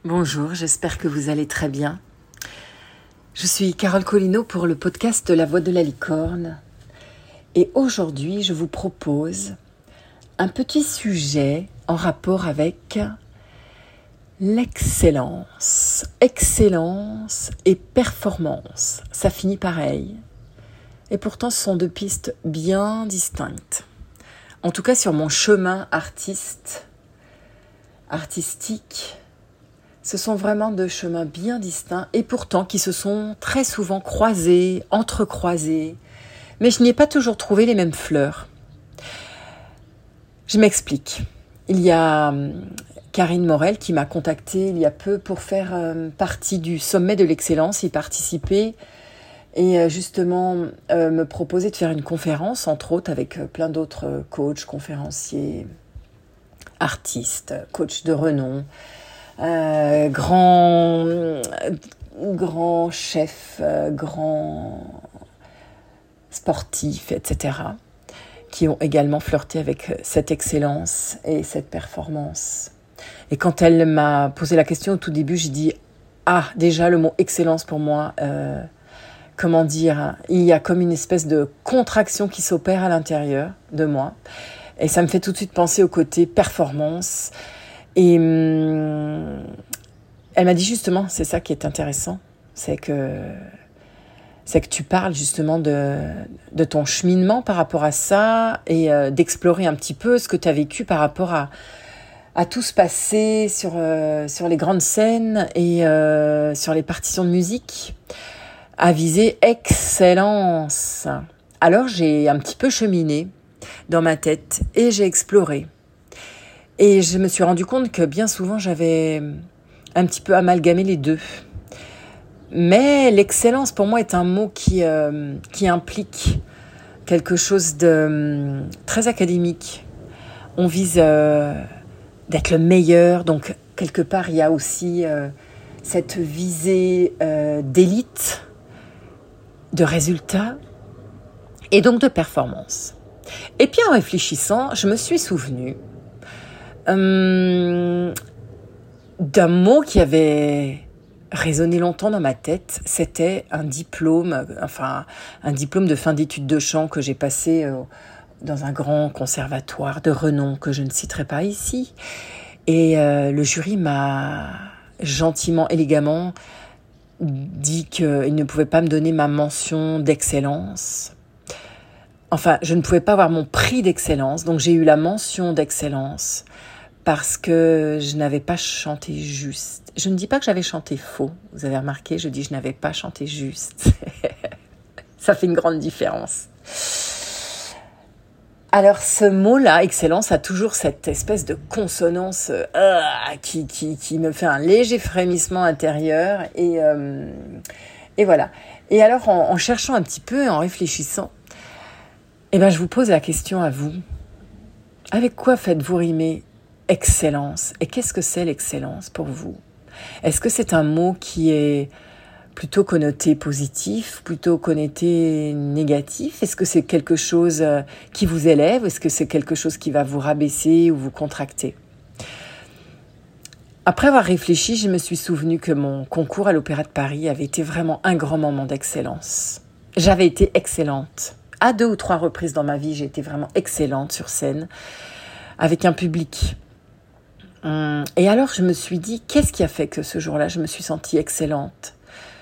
Bonjour, j'espère que vous allez très bien. Je suis Carole Collineau pour le podcast La Voix de la Licorne. Et aujourd'hui, je vous propose un petit sujet en rapport avec l'excellence. Excellence et performance, ça finit pareil. Et pourtant, ce sont deux pistes bien distinctes. En tout cas, sur mon chemin artistique, ce sont vraiment deux chemins bien distincts et pourtant qui se sont très souvent croisés, entrecroisés. Mais je n'y ai pas toujours trouvé les mêmes fleurs. Je m'explique. Il y a Karine Morel qui m'a contactée il y a peu pour faire partie du sommet de l'excellence, y participer et justement me proposer de faire une conférence, entre autres avec plein d'autres coachs, conférenciers, artistes, coachs de renom, grands chefs, grands sportifs, etc., qui ont également flirté avec cette excellence et cette performance. Et quand elle m'a posé la question au tout début, j'ai dit « Ah, déjà le mot excellence pour moi, comment dire, il y a comme une espèce de contraction qui s'opère à l'intérieur de moi. » Et ça me fait tout de suite penser au côté performance. Et elle m'a dit justement, c'est ça qui est intéressant, c'est que tu parles justement de ton cheminement par rapport à ça et d'explorer un petit peu ce que tu as vécu par rapport à tout ce passé sur les grandes scènes et sur les partitions de musique à viser excellence. Alors j'ai un petit peu cheminé dans ma tête et j'ai exploré. Et je me suis rendu compte que bien souvent, j'avais un petit peu amalgamé les deux. Mais l'excellence, pour moi, est un mot qui implique quelque chose de très académique. On vise d'être le meilleur. Donc, quelque part, il y a aussi cette visée d'élite, de résultats et donc de performance. Et puis, en réfléchissant, je me suis souvenue d'un mot qui avait résonné longtemps dans ma tête. C'était un diplôme de fin d'études de chant que j'ai passé dans un grand conservatoire de renom que je ne citerai pas ici. Et le jury m'a gentiment, élégamment dit qu'il ne pouvait pas me donner ma mention d'excellence. Enfin, je ne pouvais pas avoir mon prix d'excellence, donc j'ai eu la mention d'excellence parce que je n'avais pas chanté juste. Je ne dis pas que j'avais chanté faux, vous avez remarqué, je dis je n'avais pas chanté juste. Ça fait une grande différence. Alors ce mot-là, excellence, a toujours cette espèce de consonance qui me fait un léger frémissement intérieur et voilà. Et alors en cherchant un petit peu et en réfléchissant, je vous pose la question à vous. Avec quoi faites-vous rimer excellence? Et qu'est-ce que c'est l'excellence pour vous? Est-ce que c'est un mot qui est plutôt connoté positif, plutôt connoté négatif? Est-ce que c'est quelque chose qui vous élève? Est-ce que c'est quelque chose qui va vous rabaisser ou vous contracter? Après avoir réfléchi, je me suis souvenu que mon concours à l'Opéra de Paris avait été vraiment un grand moment d'excellence. J'avais été excellente. À 2 ou 3 reprises dans ma vie, j'ai été vraiment excellente sur scène, avec un public. Et alors, je me suis dit, qu'est-ce qui a fait que ce jour-là, je me suis sentie excellente?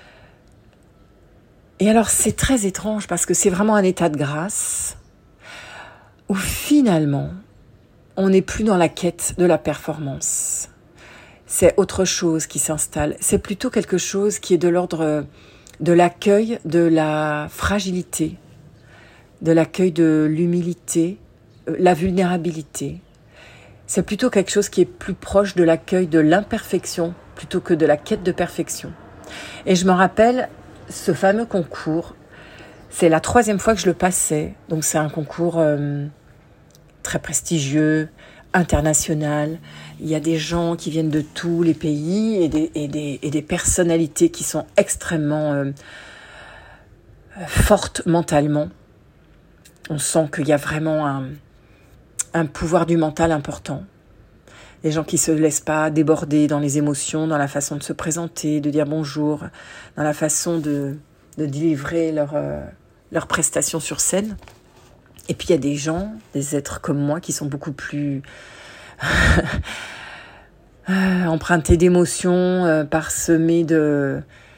Et alors, c'est très étrange, parce que c'est vraiment un état de grâce, où finalement, on n'est plus dans la quête de la performance. C'est autre chose qui s'installe. C'est plutôt quelque chose qui est de l'ordre de l'accueil de la fragilité, de l'accueil de l'humilité, la vulnérabilité. C'est plutôt quelque chose qui est plus proche de l'accueil de l'imperfection plutôt que de la quête de perfection. Et je me rappelle ce fameux concours, c'est la 3e fois que je le passais. Donc c'est un concours très prestigieux, international. Il y a des gens qui viennent de tous les pays et des personnalités qui sont extrêmement fortes mentalement. On sent qu'il y a vraiment un pouvoir du mental important. Les gens qui se laissent pas déborder dans les émotions, dans la façon de se présenter, de dire bonjour, dans la façon de délivrer leur prestation sur scène. Et puis il y a des gens, des êtres comme moi qui sont beaucoup plus empruntés d'émotions, parsemés de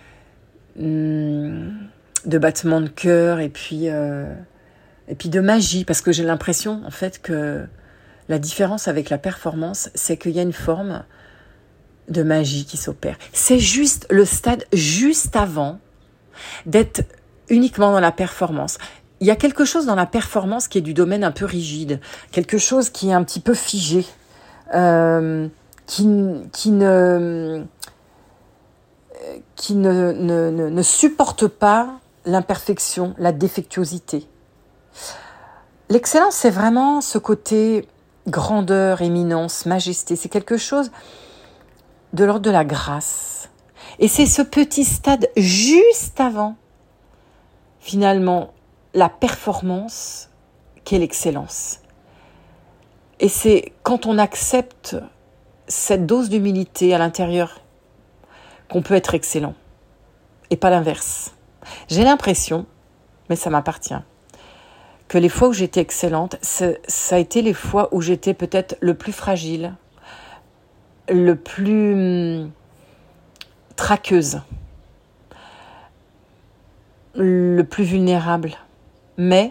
battements de cœur et puis de magie. Parce que j'ai l'impression en fait que la différence avec la performance, c'est qu'il y a une forme de magie qui s'opère. C'est juste le stade juste avant d'être uniquement dans la performance. Il y a quelque chose dans la performance qui est du domaine un peu rigide, quelque chose qui est un petit peu figé, qui ne supporte pas l'imperfection, la défectuosité. L'excellence, c'est vraiment ce côté grandeur, éminence, majesté. C'est quelque chose de l'ordre de la grâce. Et c'est ce petit stade juste avant, finalement, la performance qu'est l'excellence. Et c'est quand on accepte cette dose d'humilité à l'intérieur qu'on peut être excellent et pas l'inverse. J'ai l'impression, mais ça m'appartient, que les fois où j'étais excellente, ça a été les fois où j'étais peut-être le plus fragile, le plus traqueuse, le plus vulnérable. Mais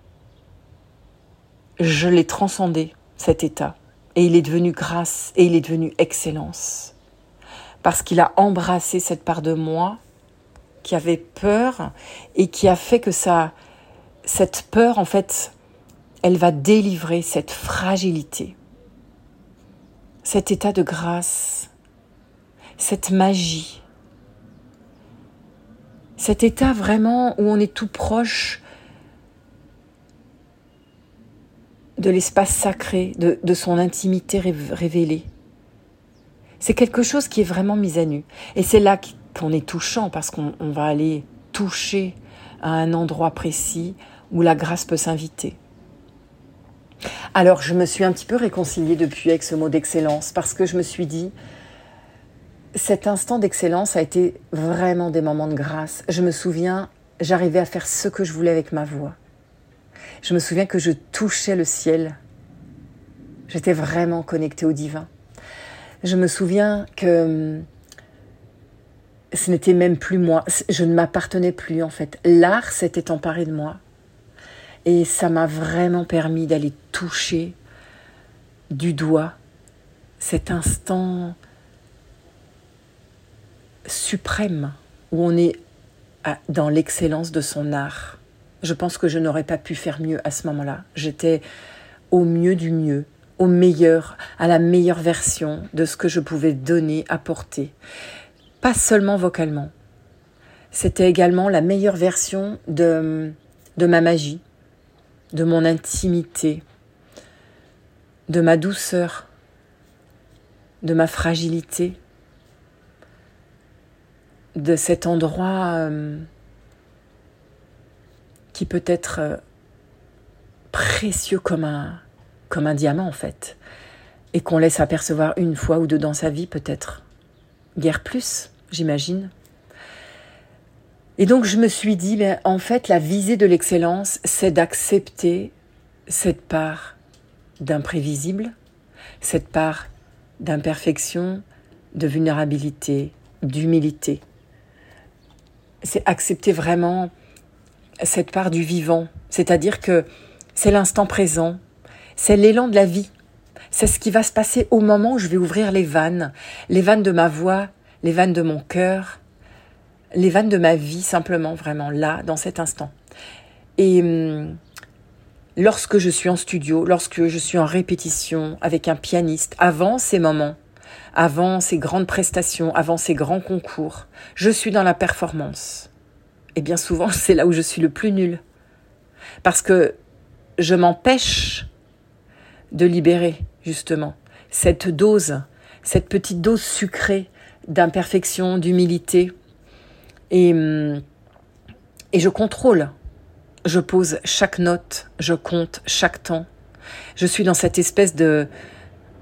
je l'ai transcendé, cet état. Et il est devenu grâce, et il est devenu excellence. Parce qu'il a embrassé cette part de moi qui avait peur et qui a fait que cette peur, en fait, elle va délivrer cette fragilité, cet état de grâce, cette magie, cet état vraiment où on est tout proche de l'espace sacré, de son intimité révélée. C'est quelque chose qui est vraiment mis à nu. Et c'est là qu'on est touchant, parce qu'on va aller toucher à un endroit précis où la grâce peut s'inviter. Alors, je me suis un petit peu réconciliée depuis avec ce mot d'excellence, parce que je me suis dit, cet instant d'excellence a été vraiment des moments de grâce. Je me souviens, j'arrivais à faire ce que je voulais avec ma voix. Je me souviens que je touchais le ciel. J'étais vraiment connectée au divin. Je me souviens que ce n'était même plus moi. Je ne m'appartenais plus, en fait. L'art s'était emparé de moi. Et ça m'a vraiment permis d'aller toucher du doigt cet instant suprême où on est dans l'excellence de son art. Je pense que je n'aurais pas pu faire mieux à ce moment-là. J'étais au mieux du mieux, au meilleur, à la meilleure version de ce que je pouvais donner, apporter. Pas seulement vocalement. C'était également la meilleure version de ma magie, de mon intimité, de ma douceur, de ma fragilité, de cet endroit qui peut être précieux comme un diamant en fait, et qu'on laisse apercevoir une fois ou deux dans sa vie peut-être, guère plus, j'imagine. Et donc je me suis dit, en fait la visée de l'excellence, c'est d'accepter cette part d'imprévisible, cette part d'imperfection, de vulnérabilité, d'humilité. C'est accepter vraiment cette part du vivant, c'est-à-dire que c'est l'instant présent, c'est l'élan de la vie, c'est ce qui va se passer au moment où je vais ouvrir les vannes de ma voix, les vannes de mon cœur, les vannes de ma vie, simplement, vraiment, là, dans cet instant. Et lorsque je suis en studio, lorsque je suis en répétition avec un pianiste, avant ces moments, avant ces grandes prestations, avant ces grands concours, je suis dans la performance. Et bien souvent, c'est là où je suis le plus nul. Parce que je m'empêche de libérer, justement, cette dose, cette petite dose sucrée d'imperfection, d'humilité. Et je contrôle. Je pose chaque note, je compte chaque temps. Je suis dans cette espèce de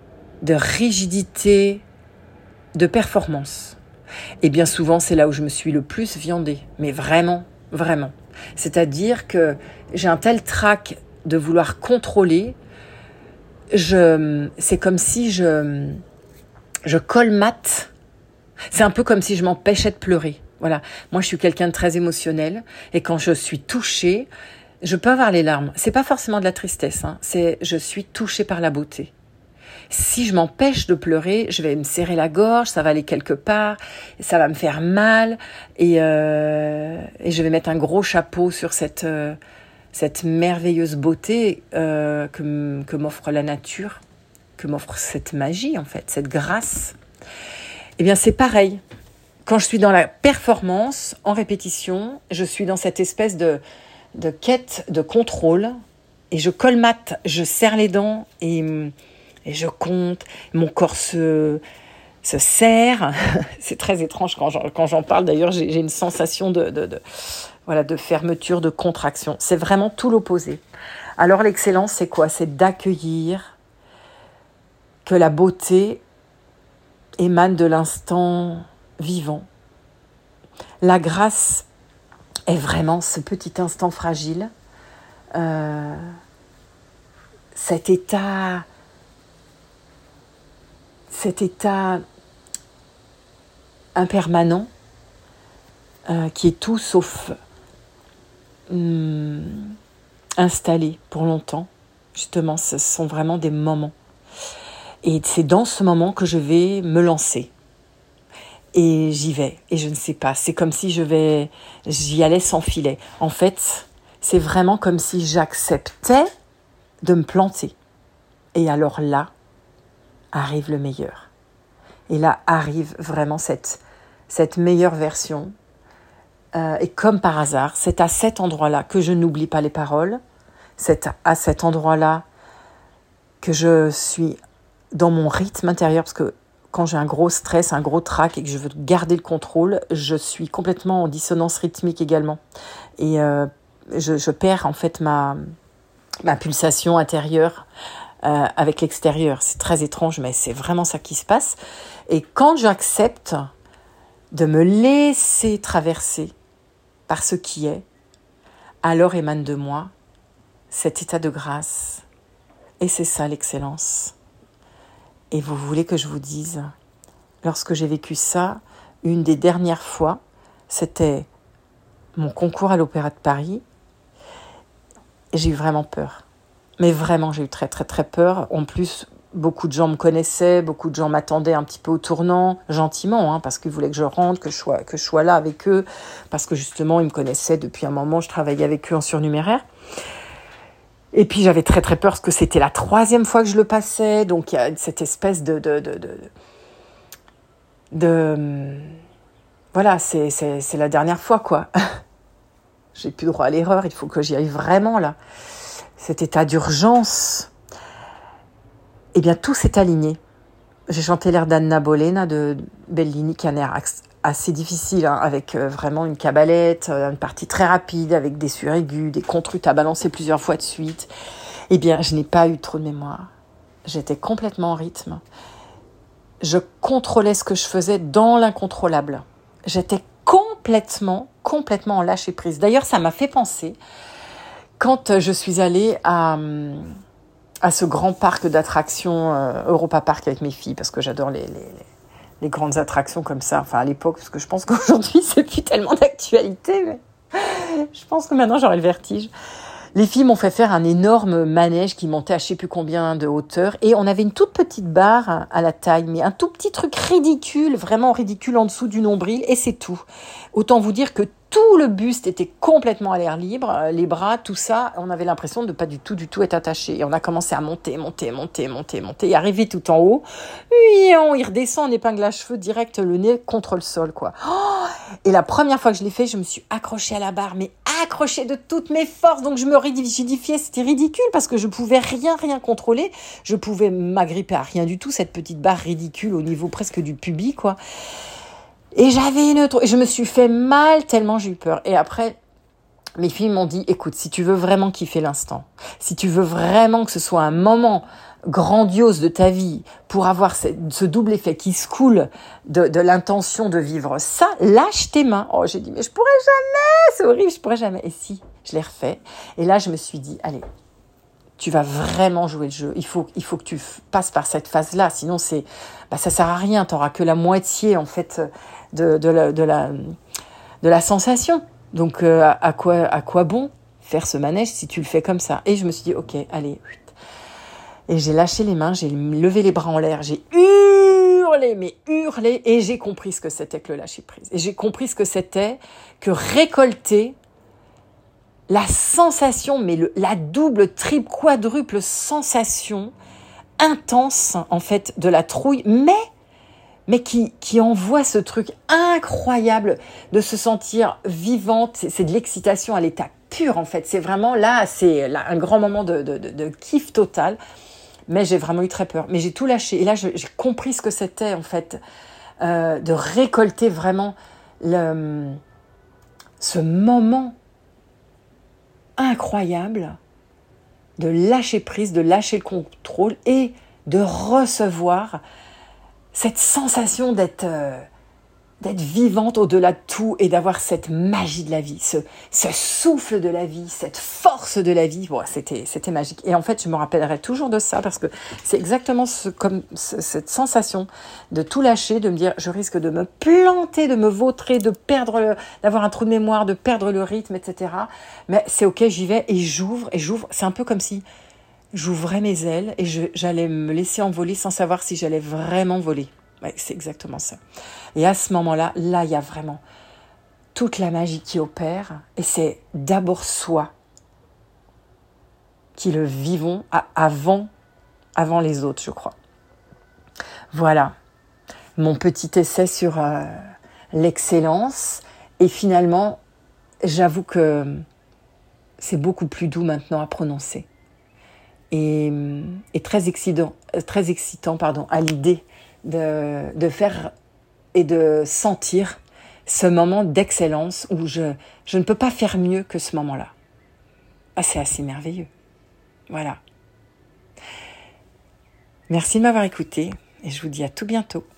de rigidité, de performance. Et bien souvent, c'est là où je me suis le plus viandée. Mais vraiment, vraiment. C'est-à-dire que j'ai un tel trac de vouloir contrôler. C'est comme si je colmate. C'est un peu comme si je m'empêchais de pleurer. Voilà. Moi, je suis quelqu'un de très émotionnel. Et quand je suis touchée, je peux avoir les larmes. C'est pas forcément de la tristesse. Je suis touchée par la beauté. Si je m'empêche de pleurer, je vais me serrer la gorge, ça va aller quelque part, ça va me faire mal et je vais mettre un gros chapeau sur cette merveilleuse beauté que m'offre la nature, que m'offre cette magie en fait, cette grâce. Eh bien c'est pareil. Quand je suis dans la performance, en répétition, je suis dans cette espèce de quête de contrôle et je colmate, je serre les dents et je compte, mon corps se serre. C'est très étrange quand j'en parle. D'ailleurs, j'ai une sensation de fermeture, de contraction. C'est vraiment tout l'opposé. Alors l'excellence, c'est quoi ? C'est d'accueillir que la beauté émane de l'instant vivant. La grâce est vraiment ce petit instant fragile, cet état impermanent qui est tout sauf installé pour longtemps. Justement, ce sont vraiment des moments. Et c'est dans ce moment que je vais me lancer. Et j'y vais. Et je ne sais pas. C'est comme si j'y allais sans filet. En fait, c'est vraiment comme si j'acceptais de me planter. Et alors là, arrive le meilleur. Et là arrive vraiment cette meilleure version. Et comme par hasard, c'est à cet endroit-là que je n'oublie pas les paroles. C'est à cet endroit-là que je suis dans mon rythme intérieur. Parce que quand j'ai un gros stress, un gros trac et que je veux garder le contrôle, je suis complètement en dissonance rythmique également. Et je perds en fait ma pulsation intérieure avec l'extérieur. C'est très étrange, mais c'est vraiment ça qui se passe. Et quand j'accepte de me laisser traverser par ce qui est, alors émane de moi cet état de grâce. Et c'est ça l'excellence. Et vous voulez que je vous dise, lorsque j'ai vécu ça, une des dernières fois, c'était mon concours à l'Opéra de Paris. Et j'ai eu vraiment peur. Mais vraiment, j'ai eu très très très peur. En plus, beaucoup de gens me connaissaient, beaucoup de gens m'attendaient un petit peu au tournant, gentiment, parce qu'ils voulaient que je rentre, que je sois là avec eux, parce que justement, ils me connaissaient depuis un moment, je travaillais avec eux en surnuméraire. Et puis, j'avais très très peur parce que c'était la 3e fois que je le passais, donc il y a cette espèce voilà, c'est la dernière fois, quoi. J'ai plus droit à l'erreur, il faut que j'y aille vraiment, là. Cet état d'urgence, eh bien, tout s'est aligné. J'ai chanté l'air d'Anna Bolena de Bellini, qui a un air assez difficile, avec vraiment une cabalette, une partie très rapide, avec des suraigus, des contrutes à balancer plusieurs fois de suite. Eh bien, je n'ai pas eu trop de mémoire. J'étais complètement en rythme. Je contrôlais ce que je faisais dans l'incontrôlable. J'étais complètement en lâcher prise. D'ailleurs, ça m'a fait penser, quand je suis allée à ce grand parc d'attractions, Europa Park, avec mes filles, parce que j'adore les grandes attractions comme ça, enfin à l'époque, parce que je pense qu'aujourd'hui c'est plus tellement d'actualité, mais je pense que maintenant j'aurais le vertige. Les filles m'ont fait faire un énorme manège qui montait à je sais plus combien de hauteur, et on avait une toute petite barre à la taille, mais un tout petit truc ridicule, vraiment ridicule en dessous du nombril, et c'est tout. Autant vous dire que tout le buste était complètement à l'air libre, les bras, tout ça, on avait l'impression de pas du tout être attaché. Et on a commencé à monter, et arriver tout en haut, il redescend en épingle à cheveux, direct le nez contre le sol, quoi. Oh, et la première fois que je l'ai fait, je me suis accrochée à la barre, mais accrochée de toutes mes forces, donc je me rigidifiais, c'était ridicule, parce que je pouvais rien contrôler, je pouvais m'agripper à rien du tout, cette petite barre ridicule au niveau presque du pubis, quoi. Et je me suis fait mal tellement j'ai eu peur. Et après, mes filles m'ont dit, écoute, si tu veux vraiment kiffer l'instant, si tu veux vraiment que ce soit un moment grandiose de ta vie pour avoir ce double effet qui se coule de l'intention de vivre ça, lâche tes mains. Oh, j'ai dit, mais je pourrais jamais, c'est horrible, je pourrais jamais. Et si, je l'ai refait. Et là, je me suis dit, allez, tu vas vraiment jouer le jeu. Il faut que tu passes par cette phase-là, sinon ça sert à rien. T'auras que la moitié en fait de la sensation. Donc à quoi bon faire ce manège si tu le fais comme ça? Et je me suis dit, ok, allez. Et j'ai lâché les mains, j'ai levé les bras en l'air, j'ai hurlé, et j'ai compris ce que c'était que le lâcher prise. Et j'ai compris ce que c'était que récolter la sensation, mais la double, triple, quadruple sensation intense, en fait, de la trouille, mais qui envoie ce truc incroyable de se sentir vivante. C'est de l'excitation à l'état pur, en fait. C'est vraiment là, un grand moment de kiff total. Mais j'ai vraiment eu très peur. Mais j'ai tout lâché. Et là, j'ai compris ce que c'était, en fait, de récolter vraiment ce moment incroyable de lâcher prise, de lâcher le contrôle et de recevoir cette sensation d'être vivante au-delà de tout et d'avoir cette magie de la vie, ce souffle de la vie, cette force de la vie. Bon, c'était magique. Et en fait, je me rappellerai toujours de ça parce que c'est exactement cette sensation de tout lâcher, de me dire je risque de me planter, de me vautrer, d'avoir un trou de mémoire, de perdre le rythme, etc. Mais c'est ok, j'y vais et j'ouvre. C'est un peu comme si j'ouvrais mes ailes et j'allais me laisser envoler sans savoir si j'allais vraiment voler. Ouais, c'est exactement ça. Et à ce moment-là, il y a vraiment toute la magie qui opère. Et c'est d'abord soi qui le vivons avant les autres, je crois. Voilà, mon petit essai sur l'excellence. Et finalement, j'avoue que c'est beaucoup plus doux maintenant à prononcer. Et très excitant à l'idée de faire et de sentir ce moment d'excellence où je ne peux pas faire mieux que ce moment-là. Ah, c'est assez merveilleux. Voilà. Merci de m'avoir écouté et je vous dis à tout bientôt.